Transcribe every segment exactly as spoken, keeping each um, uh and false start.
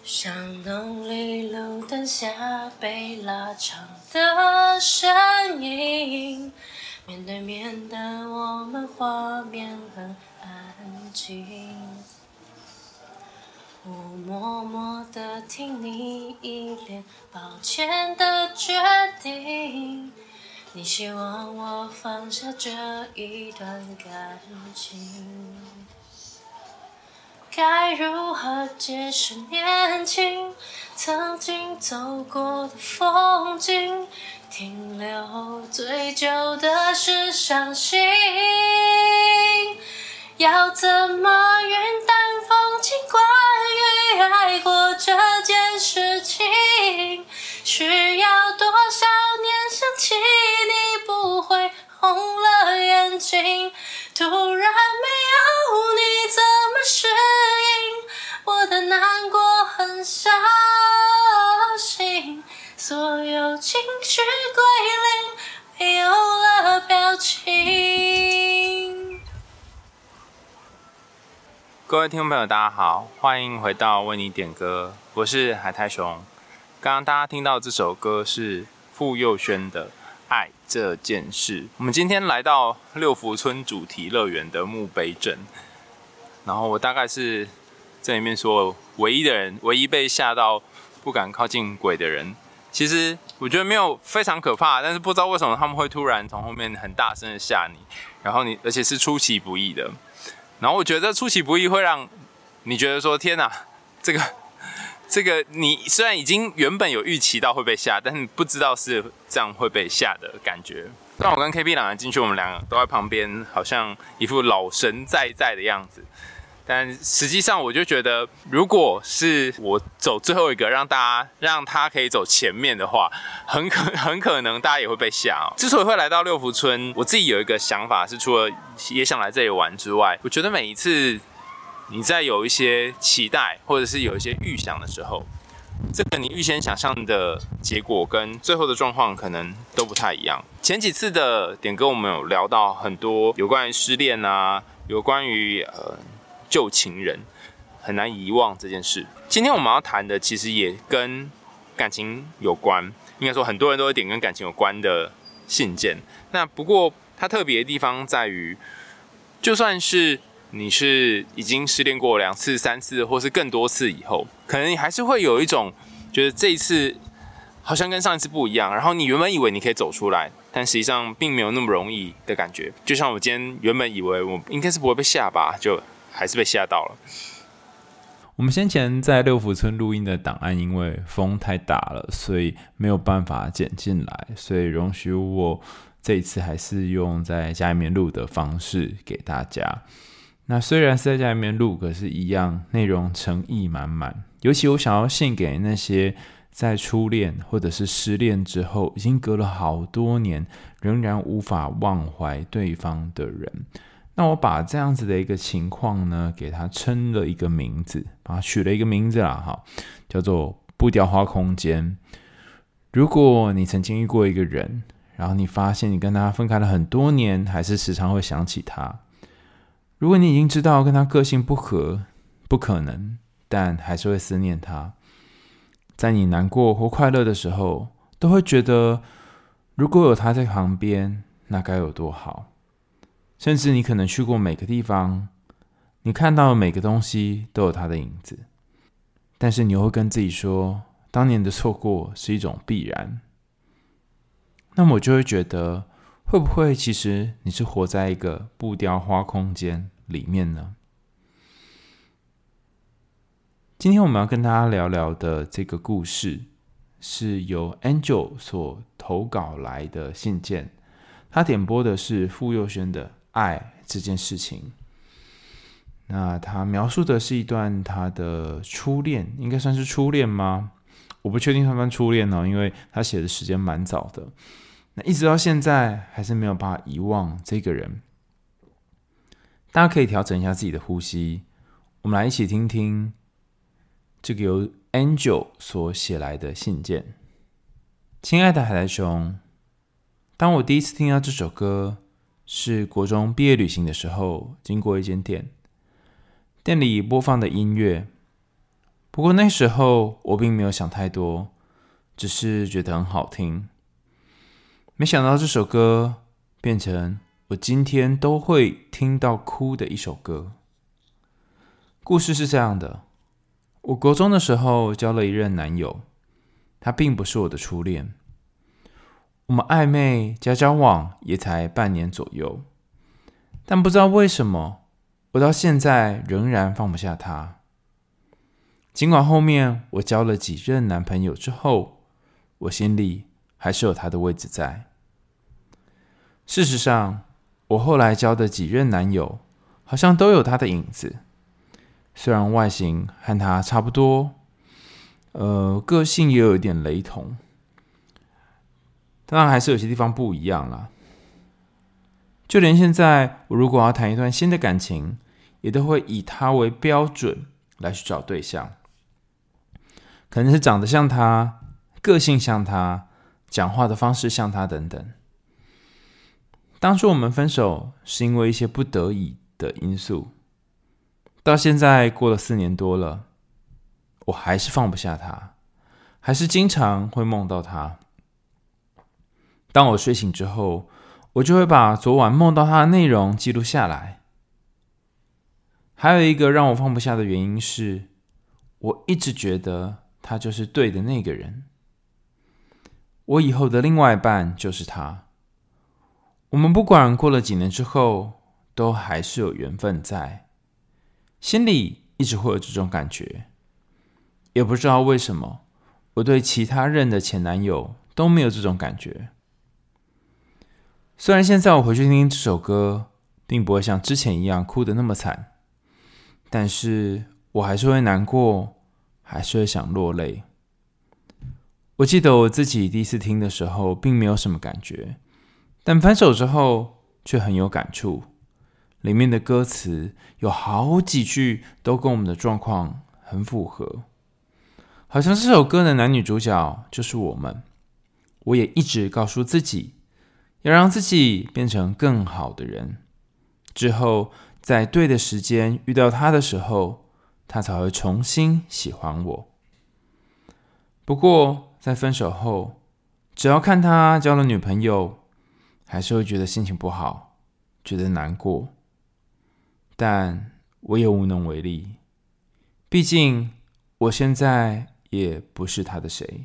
像浓绿路灯下被拉长的身影，面对面的我们，画面很安静。我默默地听你一脸抱歉的决定，你希望我放下这一段感情。该如何解释年轻曾经走过的风景，停留最久的是伤心。要怎么云淡风轻关于爱过这件事情，需要多少年想起你不会红了眼睛，突然没有你怎么适应我的难过很伤心，所有情绪归零，没有了表情。 各位听众朋友大家好，欢迎回到为你点歌，我是海苔熊。刚刚大家听到这首歌是傅佑轩的《爱这件事》。我们今天来到六福村主题乐园的墓碑镇，然后我大概是这里面说唯一的人，唯一被吓到不敢靠近鬼的人。其实我觉得没有非常可怕，但是不知道为什么他们会突然从后面很大声的吓你，然后你而且是出其不意的。然后我觉得出其不意会让你觉得说天哪，这个这个你虽然已经原本有预期到会被吓，但是不知道是这样会被吓的感觉。让我跟 K P 两个人进去，我们两个都在旁边，好像一副老神在在的样子。但实际上我就觉得，如果是我走最后一个，让大家让他可以走前面的话，很可很可能大家也会被吓哦。之所以会来到六福村，我自己有一个想法是，除了也想来这里玩之外，我觉得每一次你在有一些期待或者是有一些预想的时候，这个你预先想象的结果跟最后的状况可能都不太一样。前几次的点歌我们有聊到很多有关于失恋啊，有关于呃旧情人很难遗忘这件事。今天我们要谈的其实也跟感情有关，应该说很多人都会点跟感情有关的信件。那不过它特别的地方在于，就算是你是已经失恋过两次、三次，或是更多次以后，可能你还是会有一种觉得这一次好像跟上一次不一样，然后你原本以为你可以走出来，但实际上并没有那么容易的感觉。就像我今天原本以为我应该是不会被吓吧，就还是被吓到了。 我们先前在六福村录音的档案，因为风太大了，所以没有办法剪进来，所以容许我这一次还是用在家里面录的方式给大家。那虽然是在家里面录，可是一样内容诚意满满。尤其我想要献给那些在初恋或者是失恋之后，已经隔了好多年，仍然无法忘怀对方的人。那我把这样子的一个情况呢，给他称了一个名字，把它取了一个名字啦，哈，叫做步调花空间。如果你曾经遇过一个人，然后你发现你跟他分开了很多年，还是时常会想起他。如果你已经知道跟他个性不合，不可能，但还是会思念他。在你难过或快乐的时候，都会觉得如果有他在旁边，那该有多好。甚至你可能去过每个地方，你看到的每个东西都有他的影子，但是你又会跟自己说，当年的错过是一种必然。那么我就会觉得，会不会其实你是活在一个步调花空间里面呢？今天我们要跟大家聊聊的这个故事，是由 Angel 所投稿来的信件，他点播的是傅佑轩的爱这件事情。那他描述的是一段他的初恋，应该算是初恋吗？我不确定算不算初恋哦，因为他写的时间蛮早的。那一直到现在还是没有办法遗忘这个人。大家可以调整一下自己的呼吸，我们来一起听听这个由 Angel 所写来的信件。亲爱的海苔熊，当我第一次听到这首歌，是国中毕业旅行的时候，经过一间店，店里播放的音乐，不不过那时候我并没有想太多，只是觉得很好听。没想到这首歌变成我今天都会听到哭的一首歌。故事是这样的，我国中的时候交了一任男友，他并不是我的初恋。我们暧昧加交往也才半年左右，但不知道为什么，我到现在仍然放不下他。尽管后面我交了几任男朋友之后，我心里还是有他的位置在。事实上，我后来交的几任男友好像都有他的影子，虽然外形和他差不多，呃，个性也有一点雷同，当然还是有些地方不一样啦。就连现在，我如果要谈一段新的感情，也都会以他为标准来去找对象，可能是长得像他，个性像他，讲话的方式像他等等。当初我们分手是因为一些不得已的因素，到现在过了四年多了，我还是放不下他，还是经常会梦到他。当我睡醒之后，我就会把昨晚梦到他的内容记录下来。还有一个让我放不下的原因是，我一直觉得他就是对的那个人，我以后的另外一半就是他。我们不管过了几年之后，都还是有缘分在，心里一直会有这种感觉。也不知道为什么，我对其他任的前男友都没有这种感觉。虽然现在我回去听听这首歌，并不会像之前一样哭得那么惨，但是我还是会难过，还是会想落泪。我记得我自己第一次听的时候并没有什么感觉，但分手之后却很有感触。里面的歌词有好几句都跟我们的状况很符合，好像这首歌的男女主角就是我们。我也一直告诉自己，要让自己变成更好的人，之后在对的时间遇到他的时候，他才会重新喜欢我。不过在分手后，只要看他交了女朋友，还是会觉得心情不好，觉得难过。但我也无能为力，毕竟我现在也不是他的谁。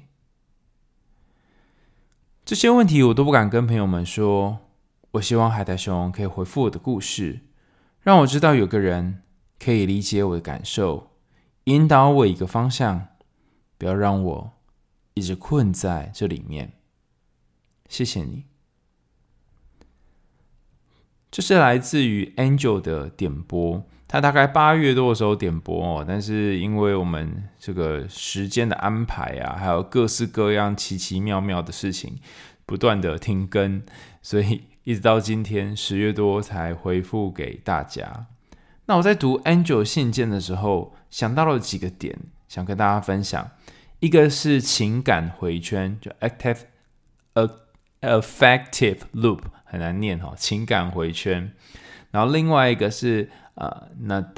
这些问题我都不敢跟朋友们说，我希望海苔熊可以回复我的故事，让我知道有个人可以理解我的感受，引导我一个方向，不要让我一直困在这里面。谢谢你。这是来自于 Angel 的点播，他大概八月多的时候点播哦，但是因为我们这个时间的安排啊，还有各式各样奇奇妙妙的事情不断的停更，所以一直到今天十月多才回复给大家。那我在读 Angel 信件的时候，想到了几个点，想跟大家分享。一个是情感回圈，就 active affective loop， 很难念哦，情感回圈。然后另外一个是呃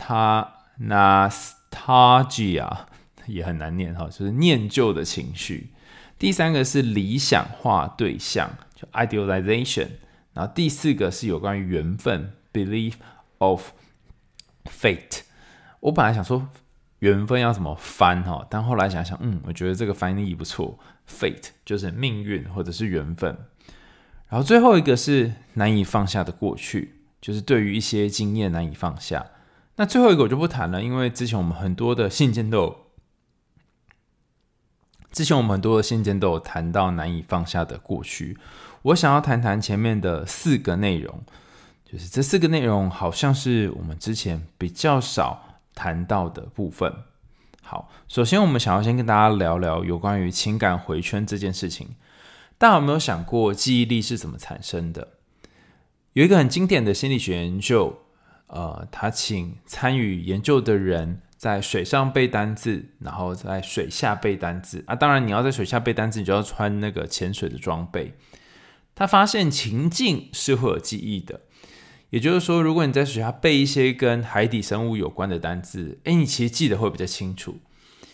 nostalgia， 也很难念哈，就是念旧的情绪。第三个是理想化对象，就 idealization。然后第四个是有关于缘分 belief of fate。我本来想说缘分要怎么翻哈，但后来想想，嗯，我觉得这个翻译不错 ，fate 就是命运或者是缘分。然后最后一个是难以放下的过去，就是对于一些经验难以放下。那最后一个我就不谈了，因为之前我们很多的信件都有，之前我们很多的信件都有谈到难以放下的过去。我想要谈谈前面的四个内容，就是这四个内容好像是我们之前比较少谈到的部分。好，首先我们想要先跟大家聊聊有关于情感回圈这件事情。大家有没有想过记忆力是怎么产生的？有一个很经典的心理学研究，呃，他请参与研究的人在水上背单字，然后在水下背单字啊。当然，你要在水下背单字，你就要穿那个潜水的装备。他发现情境是会有记忆的，也就是说，如果你在水下背一些跟海底生物有关的单字，诶，你其实记得会比较清楚。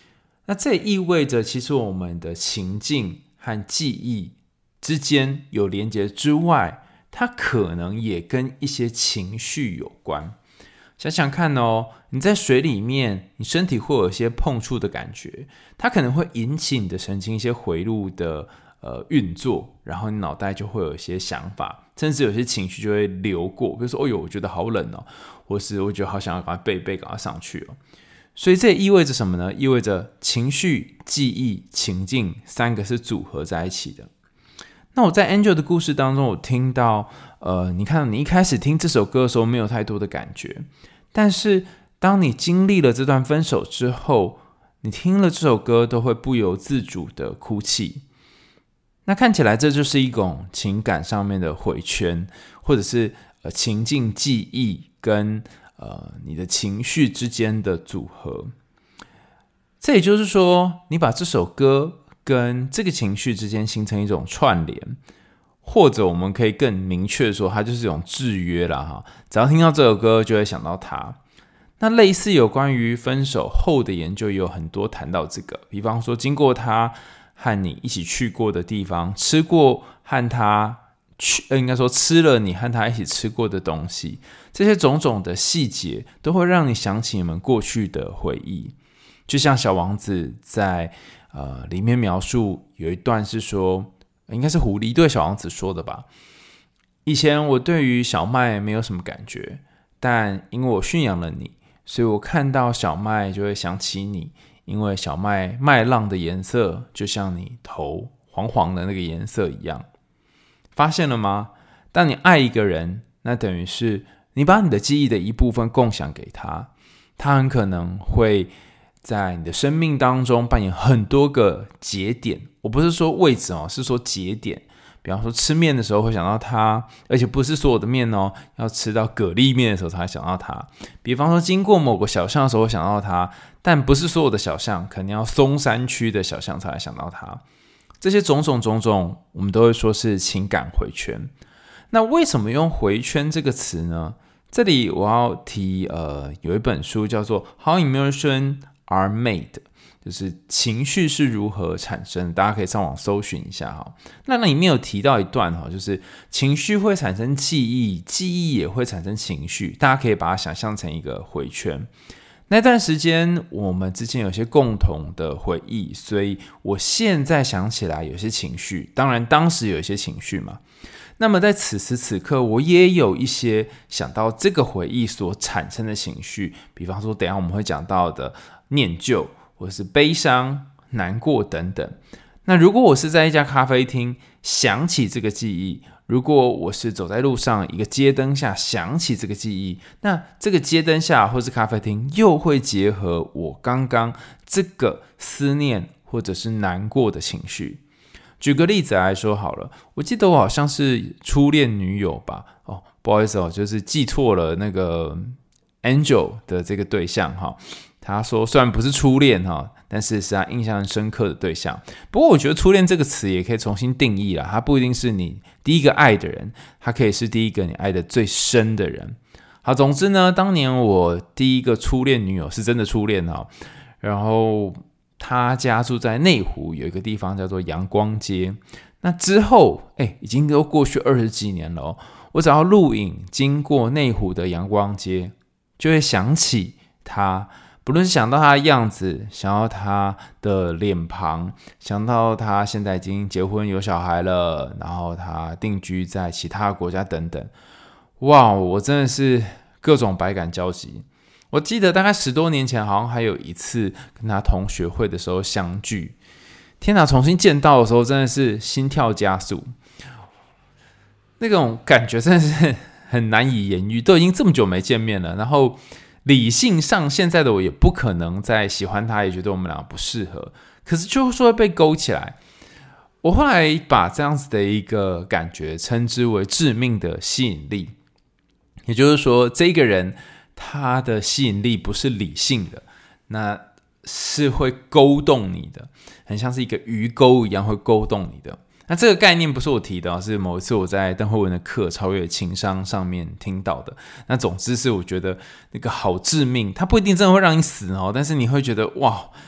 那这也意味着其实我们的情境和记忆之间有连结之外，它可能也跟一些情绪有关。想想看哦，你在水里面，你身体会有一些碰触的感觉，它可能会引起你的神经一些回路的呃运作，然后你脑袋就会有一些想法，甚至有些情绪就会流过，比如说，哦呦，我觉得好冷哦，或是我觉得好想要赶快背背，赶快上去哦。所以这也意味着什么呢？意味着情绪、记忆、情境三个是组合在一起的。那我在 Angel 的故事当中，我听到，呃，你看你一开始听这首歌的时候没有太多的感觉，但是当你经历了这段分手之后，你听了这首歌都会不由自主的哭泣。那看起来这就是一种情感上面的回圈，或者是、呃、情境记忆跟、呃、你的情绪之间的组合。这也就是说，你把这首歌跟这个情绪之间形成一种串联，或者我们可以更明确的说，它就是一种制约啦哈。只要听到这首歌，就会想到它。那类似有关于分手后的研究也有很多谈到这个，比方说经过他和你一起去过的地方，吃过和他去，应该说吃了你和他一起吃过的东西，这些种种的细节都会让你想起你们过去的回忆。就像小王子在呃里面描述有一段是说，应该是狐狸对小王子说的吧，以前我对于小麦没有什么感觉，但因为我驯养了你，所以我看到小麦就会想起你，因为小麦麦浪的颜色就像你头黄黄的那个颜色一样。发现了吗？当你爱一个人，那等于是你把你的记忆的一部分共享给他，他很可能会在你的生命当中扮演很多个节点。我不是说位置哦，是说节点。比方说吃面的时候会想到它，而且不是所有的面哦，要吃到蛤蜊面的时候才会想到它。比方说经过某个小巷的时候会想到它，但不是所有的小巷，可能要松山区的小巷才会想到它。这些种种种种，我们都会说是情感回圈。那为什么用回圈这个词呢？这里我要提呃，有一本书叫做《How Emotions Are Made》，就是情绪是如何产生的，大家可以上网搜寻一下哈。那那里面有提到一段哈，就是情绪会产生记忆，记忆也会产生情绪，大家可以把它想象成一个回圈。那段时间我们之间有些共同的回忆，所以我现在想起来有些情绪，当然当时有一些情绪嘛。那么在此时此刻，我也有一些想到这个回忆所产生的情绪，比方说等一下我们会讲到的念旧，或是悲伤、难过等等。那如果我是在一家咖啡厅想起这个记忆，如果我是走在路上一个街灯下想起这个记忆，那这个街灯下或是咖啡厅又会结合我刚刚这个思念或者是难过的情绪。举个例子来说好了，我记得我好像是初恋女友吧，哦，不好意思哦，就是记错了那个 Angel 的这个对象哈。他说虽然不是初恋哈，但是是他印象很深刻的对象。不过我觉得初恋这个词也可以重新定义啦，它不一定是你第一个爱的人，它可以是第一个你爱的最深的人。好，总之呢，当年我第一个初恋女友是真的初恋哈，然后他家住在内湖，有一个地方叫做阳光街。那之后，哎，已经都过去二十几年了哦。我只要录影经过内湖的阳光街，就会想起他。不论是想到他的样子，想到他的脸庞，想到他现在已经结婚有小孩了，然后他定居在其他国家等等。哇，我真的是各种百感交集。我记得大概十多年前好像还有一次跟他同学会的时候相聚，天哪，重新见到的时候真的是心跳加速，那种感觉真的是很难以言喻，都已经这么久没见面了，然后理性上现在的我也不可能再喜欢他，也觉得我们两个不适合，可是就是会被勾起来。我后来把这样子的一个感觉称之为致命的吸引力，也就是说这个人他的吸引力不是理性的，那是会勾动你的，很像是一个鱼钩一样会勾动你的。那这个概念不是我提的，是某一次我在邓慧文的课《超越情商》上面听到的。那总之是我觉得那个好致命，它不一定真的会让你死哦，但是你会觉得哇，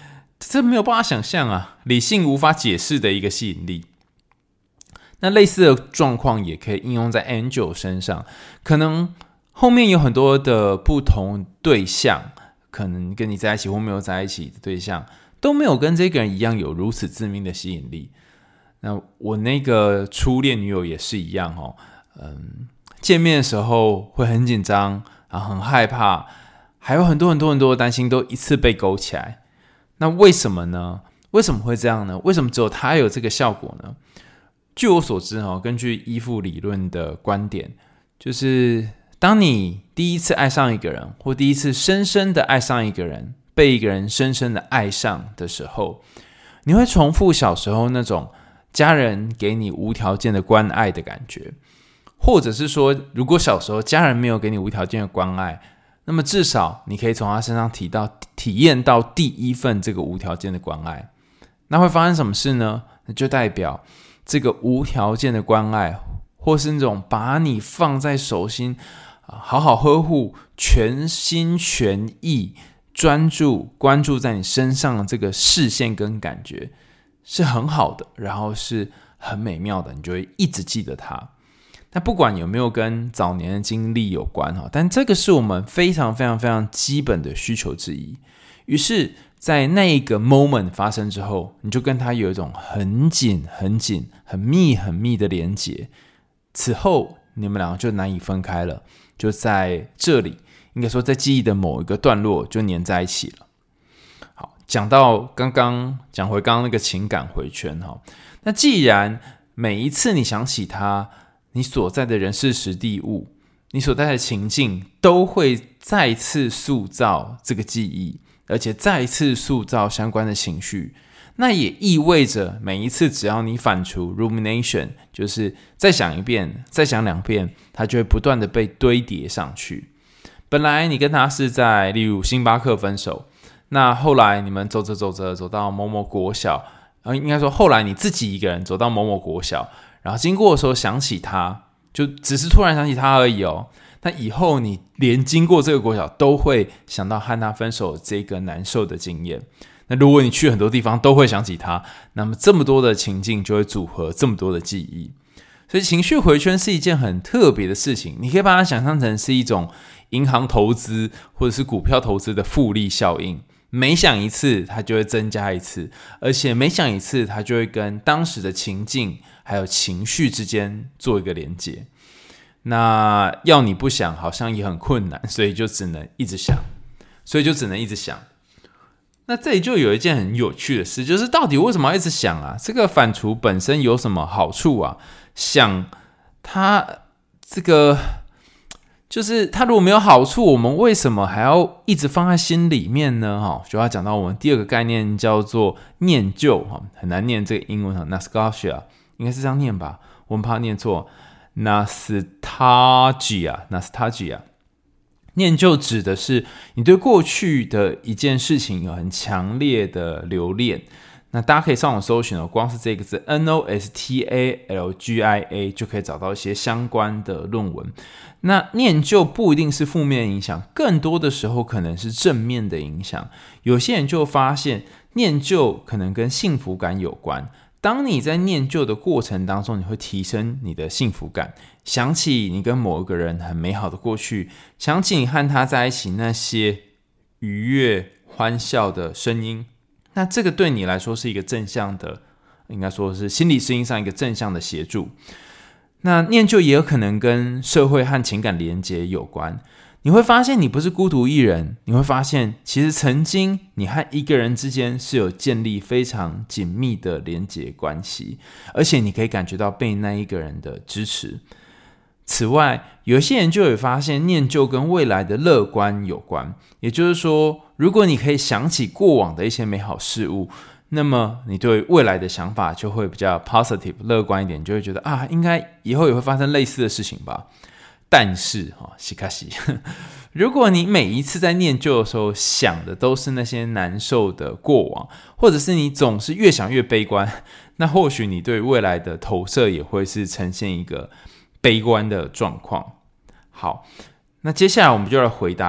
这没有办法想象啊，理性无法解释的一个吸引力。那类似的状况也可以应用在 Angel 身上，可能后面有很多的不同对象，可能跟你在一起或没有在一起的对象，都没有跟这个人一样有如此致命的吸引力。那我那个初恋女友也是一样哦，嗯，见面的时候会很紧张，然后很害怕，还有很多很多很多的担心都一次被勾起来。那为什么呢？为什么会这样呢？为什么只有他有这个效果呢？据我所知，根据依附理论的观点，就是当你第一次爱上一个人，或第一次深深的爱上一个人，被一个人深深的爱上的时候，你会重复小时候那种家人给你无条件的关爱的感觉，或者是说，如果小时候家人没有给你无条件的关爱，那么至少你可以从他身上提到体验到第一份这个无条件的关爱。那会发生什么事呢？那就代表这个无条件的关爱，或是那种把你放在手心，好好呵护，全心全意专注关注在你身上的这个视线跟感觉是很好的，然后是很美妙的，你就会一直记得它。那不管有没有跟早年的经历有关，但这个是我们非常非常非常基本的需求之一。于是在那一个 moment 发生之后，你就跟他有一种很紧很紧很密很密的连结，此后你们两个就难以分开了，就在这里，应该说在记忆的某一个段落就黏在一起了。好，讲到刚刚讲回刚刚那个情感回圈，那既然每一次你想起他，你所在的人事时地物，你所在的情境都会再次塑造这个记忆，而且再次塑造相关的情绪。那也意味着每一次只要你反刍 rumination， 就是再想一遍再想两遍，它就会不断的被堆叠上去。本来你跟他是在例如星巴克分手，那后来你们走着走着走到某某国小，应该说后来你自己一个人走到某某国小，然后经过的时候想起他，就只是突然想起他而已哦。那以后你连经过这个国小都会想到和他分手这个难受的经验。那如果你去很多地方都会想起他，那么这么多的情境就会组合这么多的记忆。所以情绪回圈是一件很特别的事情，你可以把它想象成是一种银行投资或者是股票投资的复利效应。每想一次它就会增加一次，而且每想一次它就会跟当时的情境还有情绪之间做一个连结。那要你不想好像也很困难，所以就只能一直想所以就只能一直想。那这里就有一件很有趣的事，就是到底为什么要一直想啊？这个反刍本身有什么好处啊？想它这个就是它如果没有好处，我们为什么还要一直放在心里面呢？就要讲到我们第二个概念叫做念旧，很难念这个英文 nostalgia， 应该是这样念吧，我们怕念错 nostalgia nostalgia。念旧指的是你对过去的一件事情有很强烈的留恋。那大家可以上网搜寻哦，光是这个字 N O S T A L G I A 就可以找到一些相关的论文。那念旧不一定是负面影响，更多的时候可能是正面的影响。有些人就发现念旧可能跟幸福感有关。当你在念旧的过程当中，你会提升你的幸福感，想起你跟某一个人很美好的过去，想起你和他在一起那些愉悦欢笑的声音，那这个对你来说是一个正向的，应该说是心理适应上一个正向的协助。那念旧也有可能跟社会和情感连结有关。你会发现你不是孤独一人，你会发现其实曾经你和一个人之间是有建立非常紧密的连结关系，而且你可以感觉到被那一个人的支持。此外，有些研究也发现念旧跟未来的乐观有关，也就是说，如果你可以想起过往的一些美好事物，那么你对未来的想法就会比较 positive 乐观一点，就会觉得啊，应该以后也会发生类似的事情吧。但是しかし如果你每一次在念旧的时候想的都是那些难受的过往，或者是你总是越想越悲观，那或许你对未来的投射也会是呈现一个悲观的状况。好，那接下来我们就来回答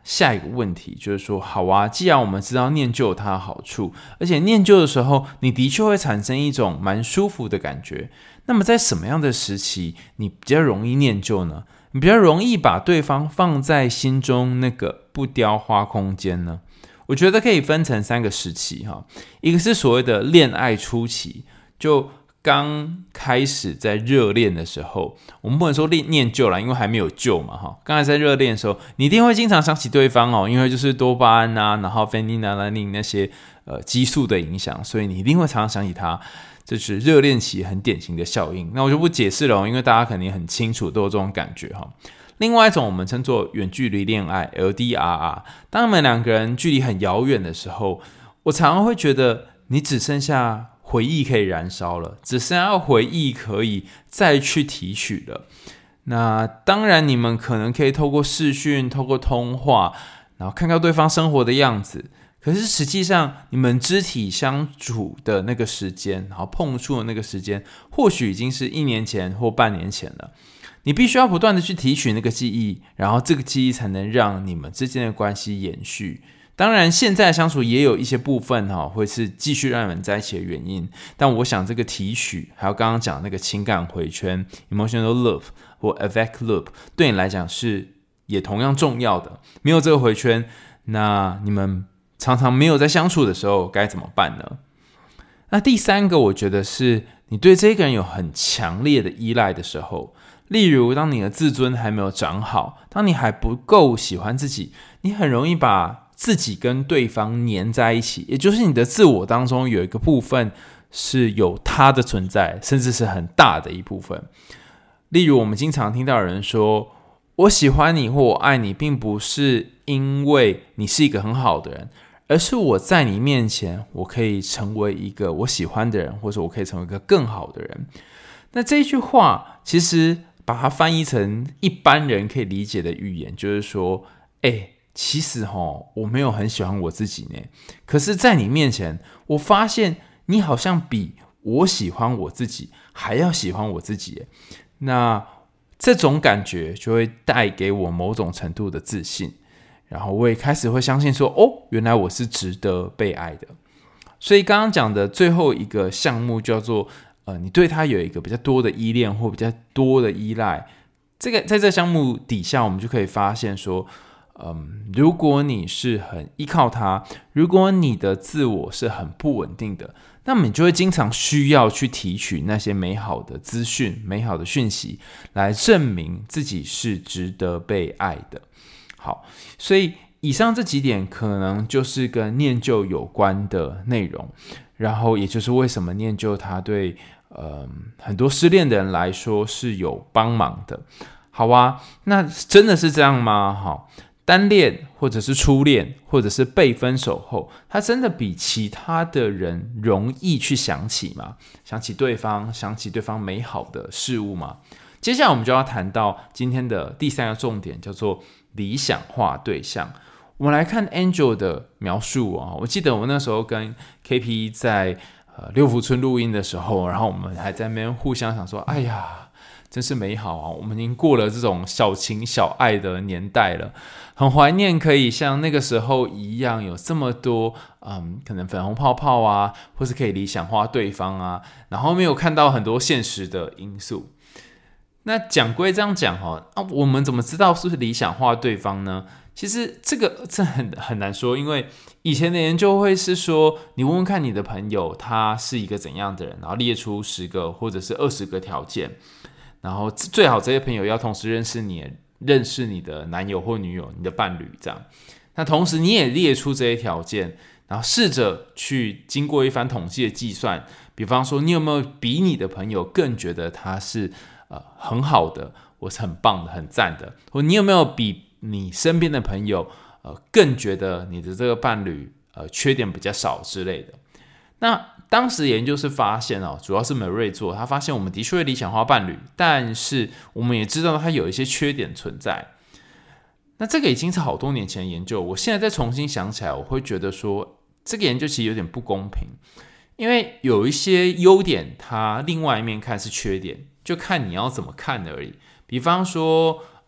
下一个问题，就是说，好啊，既然我们知道念旧有它的好处，而且念旧的时候，你的确会产生一种蛮舒服的感觉，那么在什么样的时期，你比较容易念旧呢？你比较容易把对方放在心中那个不雕花空间呢？我觉得可以分成三个时期哈，一个是所谓的恋爱初期，就刚开始在热恋的时候，我们不能说念旧啦，因为还没有旧嘛哈。刚才在热恋的时候，你一定会经常想起对方哦，因为就是多巴胺啊，然后芬尼兰宁那些呃激素的影响，所以你一定会常常想起他。这是热恋期很典型的效应。那我就不解释了哦，因为大家肯定很清楚，都有这种感觉哈。另外一种我们称作远距离恋爱 L D R R， 当你们两个人距离很遥远的时候，我常常会觉得你只剩下回忆可以燃烧了，只剩下回忆可以再去提取了。那当然你们可能可以透过视讯，透过通话，然后看到对方生活的样子，可是实际上你们肢体相处的那个时间，然后碰触的那个时间，或许已经是一年前或半年前了。你必须要不断的去提取那个记忆，然后这个记忆才能让你们之间的关系延续。当然现在的相处也有一些部分会是继续让你们在一起的原因，但我想这个提取还有刚刚讲那个情感回圈 emotional loop 或 affect loop 对你来讲是也同样重要的。没有这个回圈，那你们常常没有在相处的时候该怎么办呢？那第三个我觉得是你对这个人有很强烈的依赖的时候，例如当你的自尊还没有长好，当你还不够喜欢自己，你很容易把自己跟对方黏在一起，也就是你的自我当中有一个部分是有他的存在，甚至是很大的一部分。例如我们经常听到有人说，我喜欢你或我爱你并不是因为你是一个很好的人，而是我在你面前我可以成为一个我喜欢的人，或者我可以成为一个更好的人。那这一句话其实把它翻译成一般人可以理解的语言，就是说哎，其实齁我没有很喜欢我自己呢，可是在你面前我发现你好像比我喜欢我自己还要喜欢我自己耶。那这种感觉就会带给我某种程度的自信，然后我也开始会相信说，哦，原来我是值得被爱的。所以刚刚讲的最后一个项目叫做呃，你对他有一个比较多的依恋或比较多的依赖，这个在这个项目底下我们就可以发现说，嗯，如果你是很依靠他，如果你的自我是很不稳定的，那么你就会经常需要去提取那些美好的资讯、美好的讯息，来证明自己是值得被爱的。好，所以以上这几点可能就是跟念旧有关的内容，然后也就是为什么念旧它对、呃、很多失恋的人来说是有帮忙的。好啊，那真的是这样吗？好，单恋或者是初恋或者是被分手后，他真的比其他的人容易去想起吗？想起对方，想起对方美好的事物吗？接下来我们就要谈到今天的第三个重点，叫做理想化对象。我们来看 Angel 的描述哦。我记得我那时候跟 K P 在、呃、六福村录音的时候，然后我们还在那边互相想说，哎呀真是美好啊！我们已经过了这种小情小爱的年代了，很怀念可以像那个时候一样，有这么多嗯，可能粉红泡泡啊，或是可以理想化对方啊，然后没有看到很多现实的因素。那讲归这样讲哈、啊，我们怎么知道是不是理想化对方呢？其实这个这很很难说，因为以前的研究会是说，你问问看你的朋友他是一个怎样的人，然后列出十个或者是二十个条件。然后最好这些朋友要同时认识你，认识你的男友或女友，你的伴侣这样。那同时你也列出这些条件，然后试着去经过一番统计的计算，比方说你有没有比你的朋友更觉得他是、呃、很好的，我是很棒的，很赞的，或你有没有比你身边的朋友、呃、更觉得你的这个伴侣、呃、缺点比较少之类的。那当时研究是发现哦，主要是美瑞做，他发现我们的确会理想化伴侣，但是我们也知道他有一些缺点存在。那这个已经是好多年前的研究，我现在再重新想起来，我会觉得说这个研究其实有点不公平，因为有一些优点它另外一面看是缺点，就看你要怎么看而已。比方说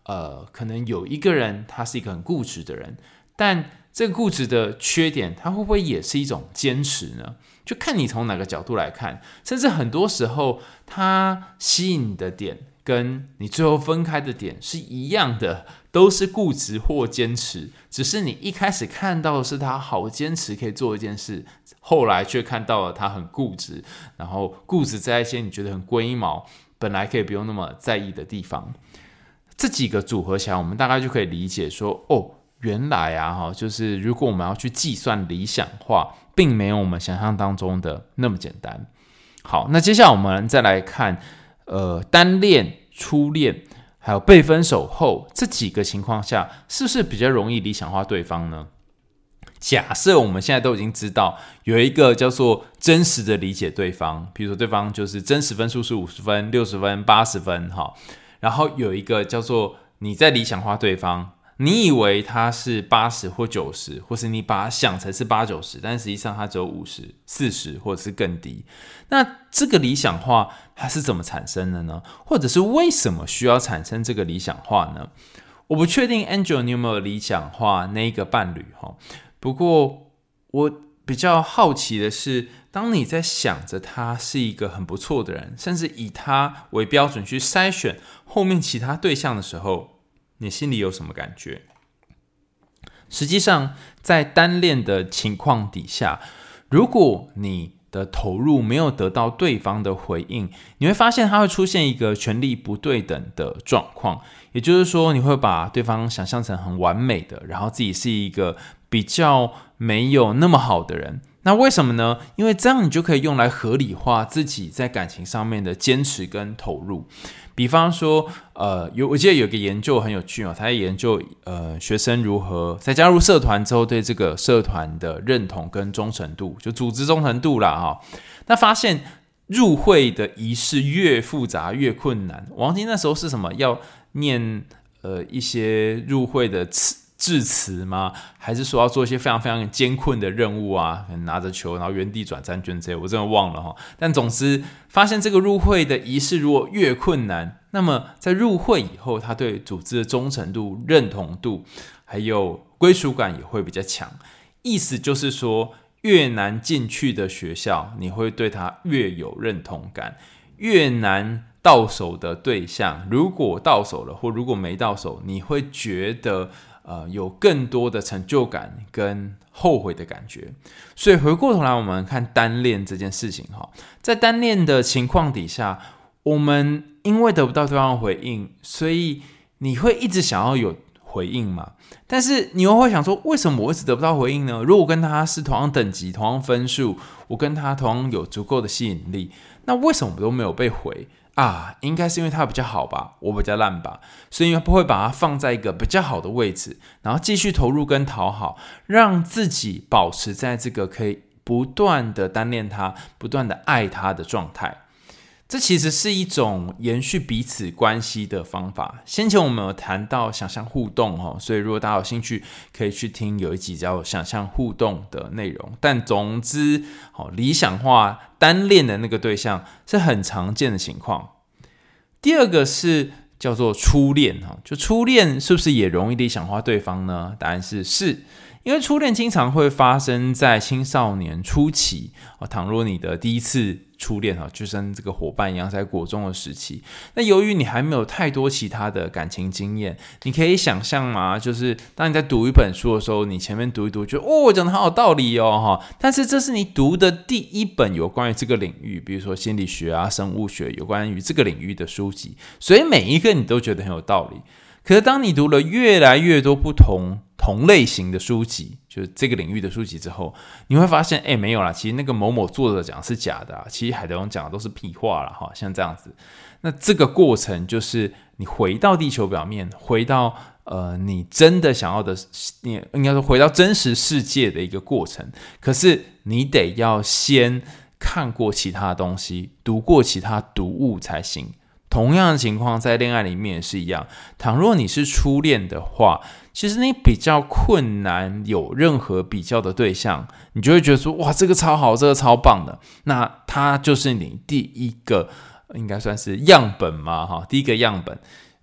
呃，可能有一个人他是一个很固执的人，但这个固执的缺点，他会不会也是一种坚持呢？就看你从哪个角度来看，甚至很多时候，他吸引你的点跟你最后分开的点是一样的，都是固执或坚持，只是你一开始看到的是他好坚持可以做一件事，后来却看到了他很固执，然后固执在一些你觉得很龟毛，本来可以不用那么在意的地方。这几个组合起来，我们大概就可以理解说，哦，原来啊，就是如果我们要去计算理想化，并没有我们想象当中的那么简单。好，那接下来我们再来看，呃，单恋、初恋，还有被分手后这几个情况下，是不是比较容易理想化对方呢？假设我们现在都已经知道有一个叫做真实的理解对方，比如说对方就是真实分数是五十分、六十分、八十分，哈。然后有一个叫做你在理想化对方，你以为他是八十或九十，或是你把他想成是八九十，但实际上他只有五十、四十或者是更低。那这个理想化它是怎么产生的呢？或者是为什么需要产生这个理想化呢？我不确定 Angel 你有没有理想化那一个伴侣，不过我比较好奇的是，当你在想着他是一个很不错的人，甚至以他为标准去筛选后面其他对象的时候，你心里有什么感觉？实际上，在单恋的情况底下，如果你的投入没有得到对方的回应，你会发现它会出现一个权力不对等的状况。也就是说，你会把对方想象成很完美的，然后自己是一个比较没有那么好的人。那为什么呢？因为这样你就可以用来合理化自己在感情上面的坚持跟投入。比方说，呃，有我记得有个研究很有趣哦，他在研究呃学生如何在加入社团之后对这个社团的认同跟忠诚度，就组织忠诚度啦哈。那发现入会的仪式越复杂越困难。我忘记那时候是什么，要念呃一些入会的词。致辞吗？还是说要做一些非常非常艰困的任务啊？拿着球然后原地转三圈这些，我真的忘了哈。但总之，发现这个入会的仪式如果越困难，那么在入会以后，他对组织的忠诚度、认同度还有归属感也会比较强。意思就是说，越难进去的学校，你会对他越有认同感；越难到手的对象，如果到手了或如果没到手，你会觉得呃，有更多的成就感跟后悔的感觉。所以回过头来我们看单恋这件事情，在单恋的情况底下，我们因为得不到对方的回应，所以你会一直想要有回应嘛？但是你又会想说，为什么我一直得不到回应呢？如果我跟他是同样等级、同样分数，我跟他同样有足够的吸引力，那为什么我都没有被回？啊，应该是因为他比较好吧，我比较烂吧，所以不会把它放在一个比较好的位置，然后继续投入跟讨好，让自己保持在这个可以不断的单恋他、不断的爱他的状态。这其实是一种延续彼此关系的方法。先前我们有谈到想象互动，所以如果大家有兴趣，可以去听有一集叫想象互动的内容。但总之，理想化单恋的那个对象是很常见的情况。第二个是叫做初恋，就初恋是不是也容易理想化对方呢？答案是是。因为初恋经常会发生在青少年初期，倘若你的第一次初恋就像这个伙伴一样在国中的时期，那由于你还没有太多其他的感情经验，你可以想象嘛，就是当你在读一本书的时候，你前面读一读觉得哦讲得好有道理哦，但是这是你读的第一本有关于这个领域，比如说心理学啊、生物学有关于这个领域的书籍，所以每一个你都觉得很有道理。可是当你读了越来越多不同同类型的书籍，就是这个领域的书籍之后，你会发现哎，没有啦，其实那个某某作者讲的是假的、啊、其实海德龙讲的都是屁话啦，像这样子。那这个过程就是你回到地球表面，回到呃你真的想要的，你应该说回到真实世界的一个过程。可是你得要先看过其他东西，读过其他读物才行。同样的情况在恋爱里面也是一样，倘若你是初恋的话，其实你比较困难有任何比较的对象，你就会觉得说哇这个超好，这个超棒的，那它就是你第一个应该算是样本嘛，第一个样本。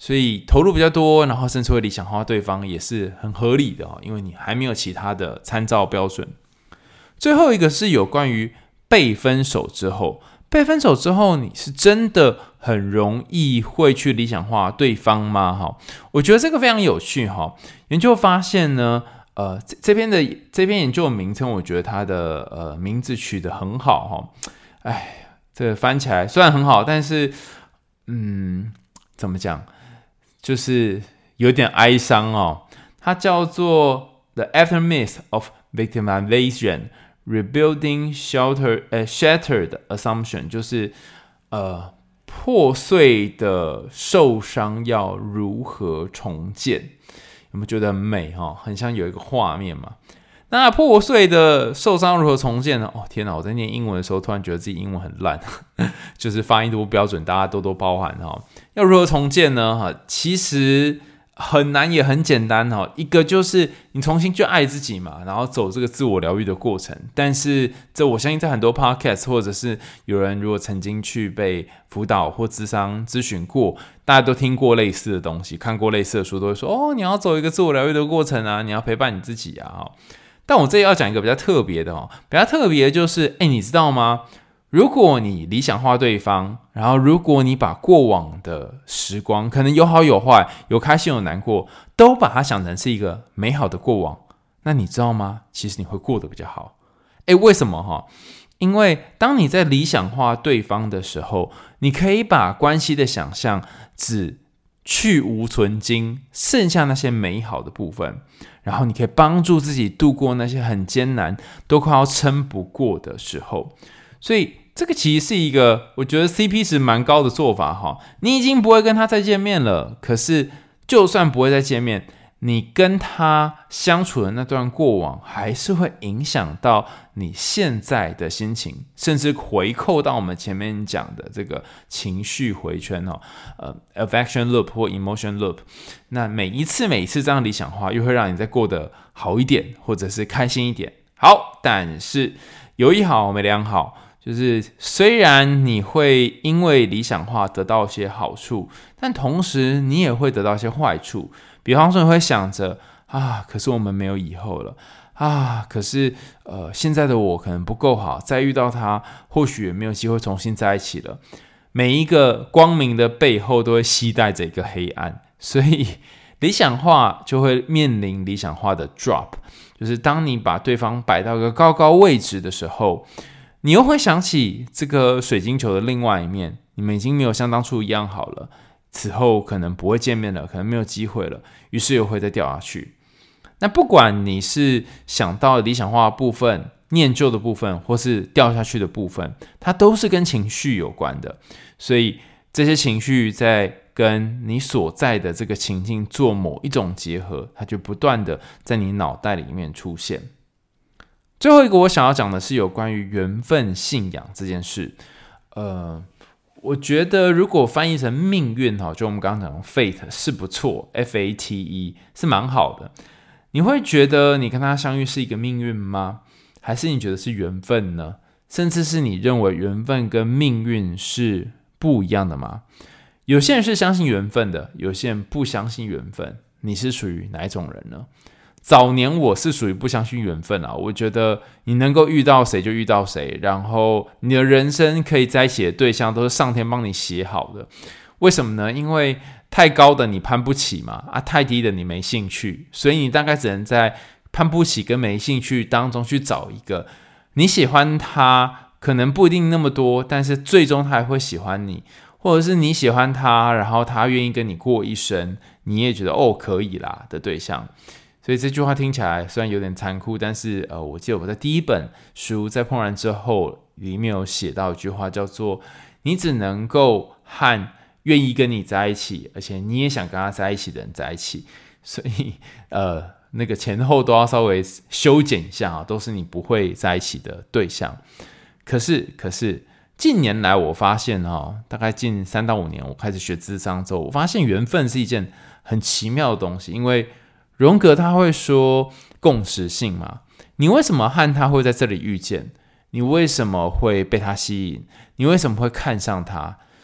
所以投入比较多，然后甚至会理想化对方也是很合理的，因为你还没有其他的参照标准。最后一个是有关于被分手之后，被分手之后你是真的很容易会去理想化对方吗？我觉得这个非常有趣。研究发现呢，呃，这边的这篇研究的名称，我觉得它的呃名字取得很好。哎，这个翻起来虽然很好，但是嗯，怎么讲？就是有点哀伤哦，它叫做 The Aftermath of Victimization, Rebuilding Shelter, 呃 Shattered Assumption， 就是呃破碎的受伤要如何重建？有没有觉得很美哈？很像有一个画面嘛。那破碎的受伤如何重建呢？哦天哪！我在念英文的时候，突然觉得自己英文很烂，就是发音都不标准，大家多多包涵哈。要如何重建呢？哈，其实很难也很简单哈。一个就是你重新去爱自己嘛，然后走这个自我疗愈的过程。但是这我相信在很多 podcast 或者是有人如果曾经去被辅导或諮商咨询过，大家都听过类似的东西，看过类似的书，都会说哦，你要走一个自我疗愈的过程啊，你要陪伴你自己啊。但我这里要讲一个比较特别的哦，比较特别的就是，哎，你知道吗？如果你理想化对方，然后如果你把过往的时光，可能有好有坏，有开心有难过，都把它想成是一个美好的过往，那你知道吗？其实你会过得比较好。哎，为什么哈？因为当你在理想化对方的时候，你可以把关系的想象只去无存精，剩下那些美好的部分，然后你可以帮助自己度过那些很艰难都快要撑不过的时候。所以这个其实是一个我觉得 C P 值蛮高的做法哈。你已经不会跟他再见面了，可是就算不会再见面，你跟他相处的那段过往还是会影响到你现在的心情，甚至回扣到我们前面讲的这个情绪回圈哦，呃 affection loop 或 emotion loop。那每一次每一次这样理想化，又会让你再过得好一点，或者是开心一点。好，但是有一好没两好，就是虽然你会因为理想化得到一些好处，但同时你也会得到一些坏处。比方说你会想着啊，可是我们没有以后了啊，可是呃，现在的我可能不够好，再遇到他或许也没有机会重新在一起了。每一个光明的背后都会携带着一个黑暗，所以理想化就会面临理想化的 drop， 就是当你把对方摆到一个高高位置的时候，你又会想起这个水晶球的另外一面，你们已经没有像当初一样好了，此后可能不会见面了，可能没有机会了，于是又会再掉下去。那不管你是想到理想化的部分、念旧的部分，或是掉下去的部分，它都是跟情绪有关的。所以这些情绪在跟你所在的这个情境做某一种结合，它就不断的在你脑袋里面出现。最后一个我想要讲的是有关于缘分信仰这件事。呃。我觉得如果翻译成命运，就我们刚刚讲的 fate 是不错 F A T E 是蛮好的。你会觉得你跟他相遇是一个命运吗？还是你觉得是缘分呢？甚至是你认为缘分跟命运是不一样的吗？有些人是相信缘分的，有些人不相信缘分。你是属于哪一种人呢？早年我是属于不相信缘分啊，我觉得你能够遇到谁就遇到谁，然后你的人生可以在一起的对象都是上天帮你写好的。为什么呢？因为太高的你攀不起嘛，啊，太低的你没兴趣，所以你大概只能在攀不起跟没兴趣当中去找一个你喜欢他，可能不一定那么多，但是最终他还会喜欢你，或者是你喜欢他，然后他愿意跟你过一生，你也觉得哦可以啦的对象。所以这句话听起来虽然有点残酷，但是呃，我记得我在第一本书在怦然之后里面有写到一句话，叫做你只能够和愿意跟你在一起，而且你也想跟他在一起的人在一起。所以呃，那个前后都要稍微修剪一下啊，都是你不会在一起的对象。可是可是近年来我发现哈，大概近三到五年我开始学諮商之后，我发现缘分是一件很奇妙的东西。因为荣格他会说共识性嘛，你为什么和他会在这里遇见？你为什么会被他吸引？你为什么会看上他？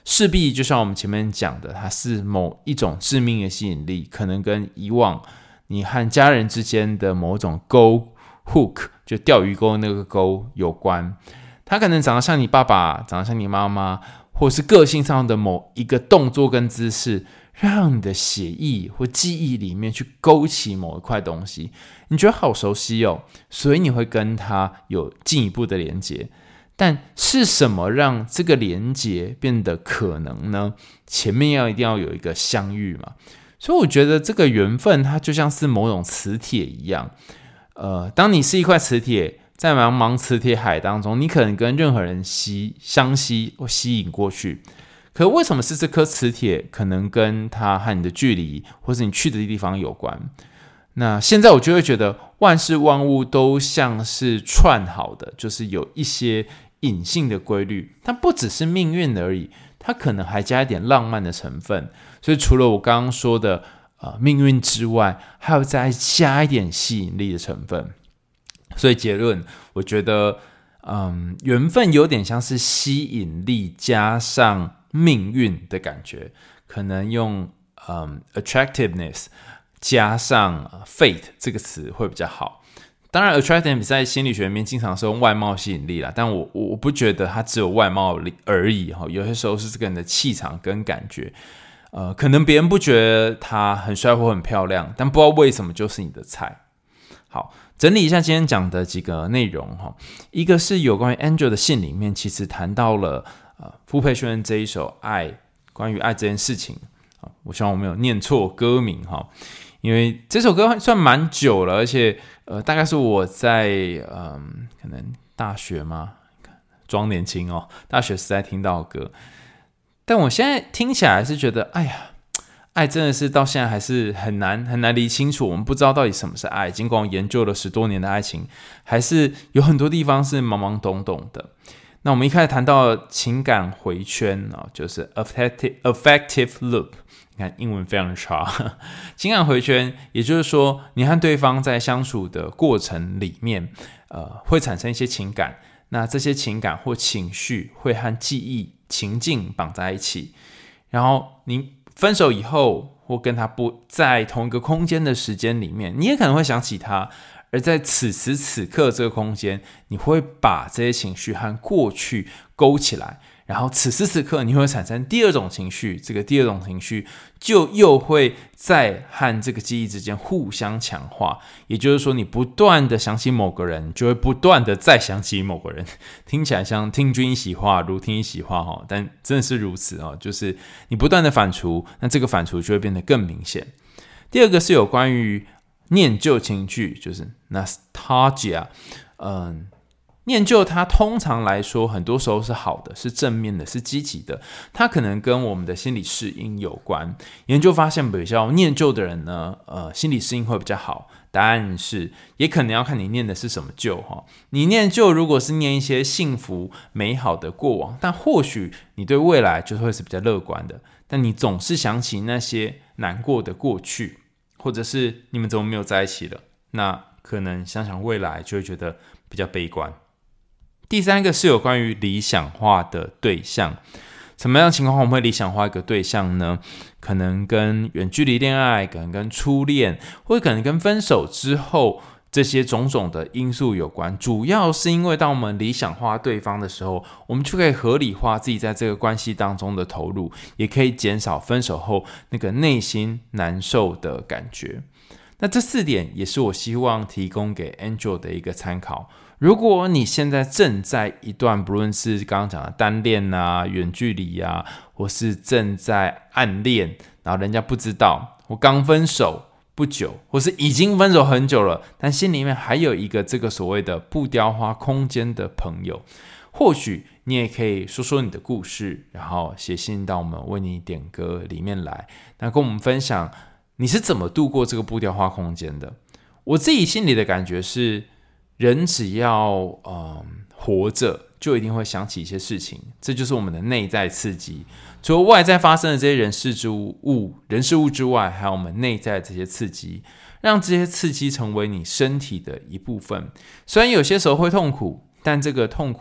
势必就像我们前面讲的，它是某一种致命的吸引力，可能跟以往你和家人之间的某种钩 hook 就钓鱼钩那个钩有关。它可能长得像你爸爸，长得像你妈妈，或是个性上的某一个动作跟姿势，让你的血液或记忆里面去勾起某一块东西，你觉得好熟悉哦，所以你会跟它有进一步的连结。但是什么让这个连结变得可能呢？前面要一定要有一个相遇嘛。所以我觉得这个缘分它就像是某种磁铁一样，呃，当你是一块磁铁，在茫茫磁铁海当中，你可能跟任何人吸相吸或吸引过去。可为什么是这颗磁铁？可能跟它和你的距离，或是你去的地方有关。那现在我就会觉得，万事万物都像是串好的，就是有一些隐性的规律，它不只是命运而已，它可能还加一点浪漫的成分。所以除了我刚刚说的呃命运之外，还有再加一点吸引力的成分。所以结论，我觉得，嗯，缘分有点像是吸引力加上命运的感觉，可能用嗯 attractiveness 加上 fate 这个词会比较好。当然 attractiveness 在心理学里面经常是用外貌吸引力啦，但我我不觉得它只有外貌而已，有些时候是这个人的气场跟感觉。呃，可能别人不觉得他很帅或很漂亮，但不知道为什么就是你的菜。好，整理一下今天讲的几个内容哈，一个是有关于 Angel 的信里面，其实谈到了呃傅佩轩这一首爱，关于爱这件事情。我希望我没有念错歌名哈，因为这首歌算蛮久了，而且呃大概是我在嗯、呃、可能大学吗？装年轻哦，大学时代听到的歌。但我现在听起来是觉得，哎呀，爱真的是到现在还是很难很难理清楚，我们不知道到底什么是爱。尽管我研究了十多年的爱情，还是有很多地方是懵懵懂懂的。那我们一开始谈到情感回圈啊，就是 affective affective loop， 你看英文非常差。情感回圈，也就是说，你和对方在相处的过程里面，呃，会产生一些情感，那这些情感或情绪会和记忆、情境绑在一起，然后你分手以后，或跟他不在同一个空间的时间里面，你也可能会想起他。而在此时此刻这个空间，你会把这些情绪和过去勾起来，然后此时此刻你会产生第二种情绪，这个第二种情绪就又会在和这个记忆之间互相强化。也就是说，你不断的想起某个人，就会不断的再想起某个人。听起来像听君一席话，如听一席话，但真的是如此，就是你不断的反刍，那这个反刍就会变得更明显。第二个是有关于念旧情绪，就是 nostalgia。 嗯，念旧它通常来说很多时候是好的，是正面的，是积极的，它可能跟我们的心理适应有关。研究发现比较念旧的人呢，呃，心理适应会比较好。答案是也可能要看你念的是什么旧。你念旧如果是念一些幸福美好的过往，但或许你对未来就会是比较乐观的，但你总是想起那些难过的过去，或者是你们怎么没有在一起了，那可能想想未来就会觉得比较悲观。第三个是有关于理想化的对象。什么样的情况我们会理想化一个对象呢？可能跟远距离恋爱，可能跟初恋，或者可能跟分手之后这些种种的因素有关。主要是因为当我们理想化对方的时候，我们就可以合理化自己在这个关系当中的投入，也可以减少分手后那个内心难受的感觉。那这四点也是我希望提供给 Angel 的一个参考。如果你现在正在一段不论是刚刚讲的单恋啊、远距离啊，或是正在暗恋，然后人家不知道，或刚分手不久，或是已经分手很久了，但心里面还有一个这个所谓的不雕花空间的朋友，或许你也可以说说你的故事，然后写信到我们为你点歌里面来，那跟我们分享你是怎么度过这个不雕花空间的。我自己心里的感觉是，人只要、呃、活着，就一定会想起一些事情，这就是我们的内在刺激。除了外在发生的这些人事之物、人事物之外，还有我们内在的这些刺激，让这些刺激成为你身体的一部分。虽然有些时候会痛苦，但这个痛苦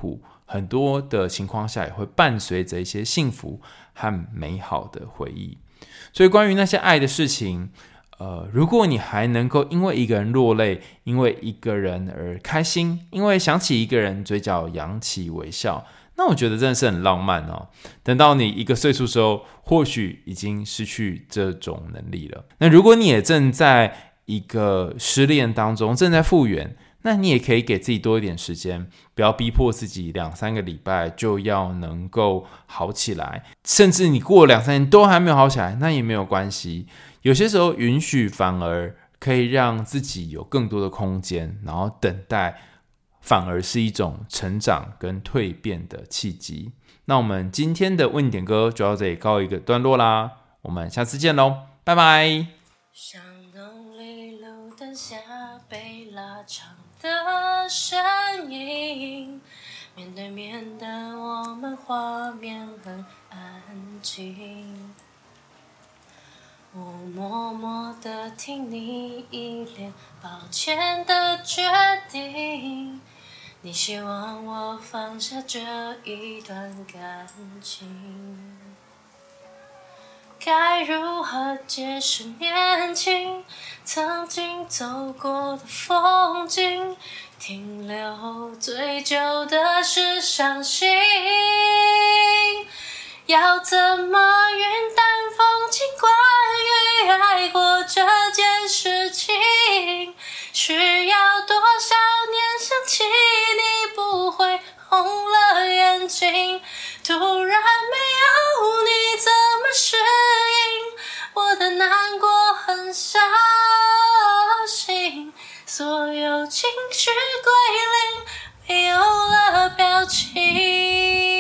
很多的情况下也会伴随着一些幸福和美好的回忆。所以关于那些爱的事情，呃，如果你还能够因为一个人落泪，因为一个人而开心，因为想起一个人嘴角扬起微笑，那我觉得真的是很浪漫哦。等到你一个岁数之后，或许已经失去这种能力了。那如果你也正在一个失恋当中，正在复原，那你也可以给自己多一点时间，不要逼迫自己两三个礼拜就要能够好起来，甚至你过了两三年都还没有好起来，那也没有关系。有些时候允许反而可以让自己有更多的空间，然后等待反而是一种成长跟蜕变的契机。那我们今天的为你点歌就到这里告一个段落啦，我们下次见咯，拜拜。 像浓里路灯下被拉长的身影，面对面的我们画面很安静，我默默地听你一脸抱歉的决定，你希望我放下这一段感情，该如何解释年轻曾经走过的风景，停留最久的是伤心，要怎么云淡风轻关于爱过这件事情，需要多少年想起你不会红了眼睛，突然没有你怎么适应，我的难过很伤心，所有情绪归零，没有了表情。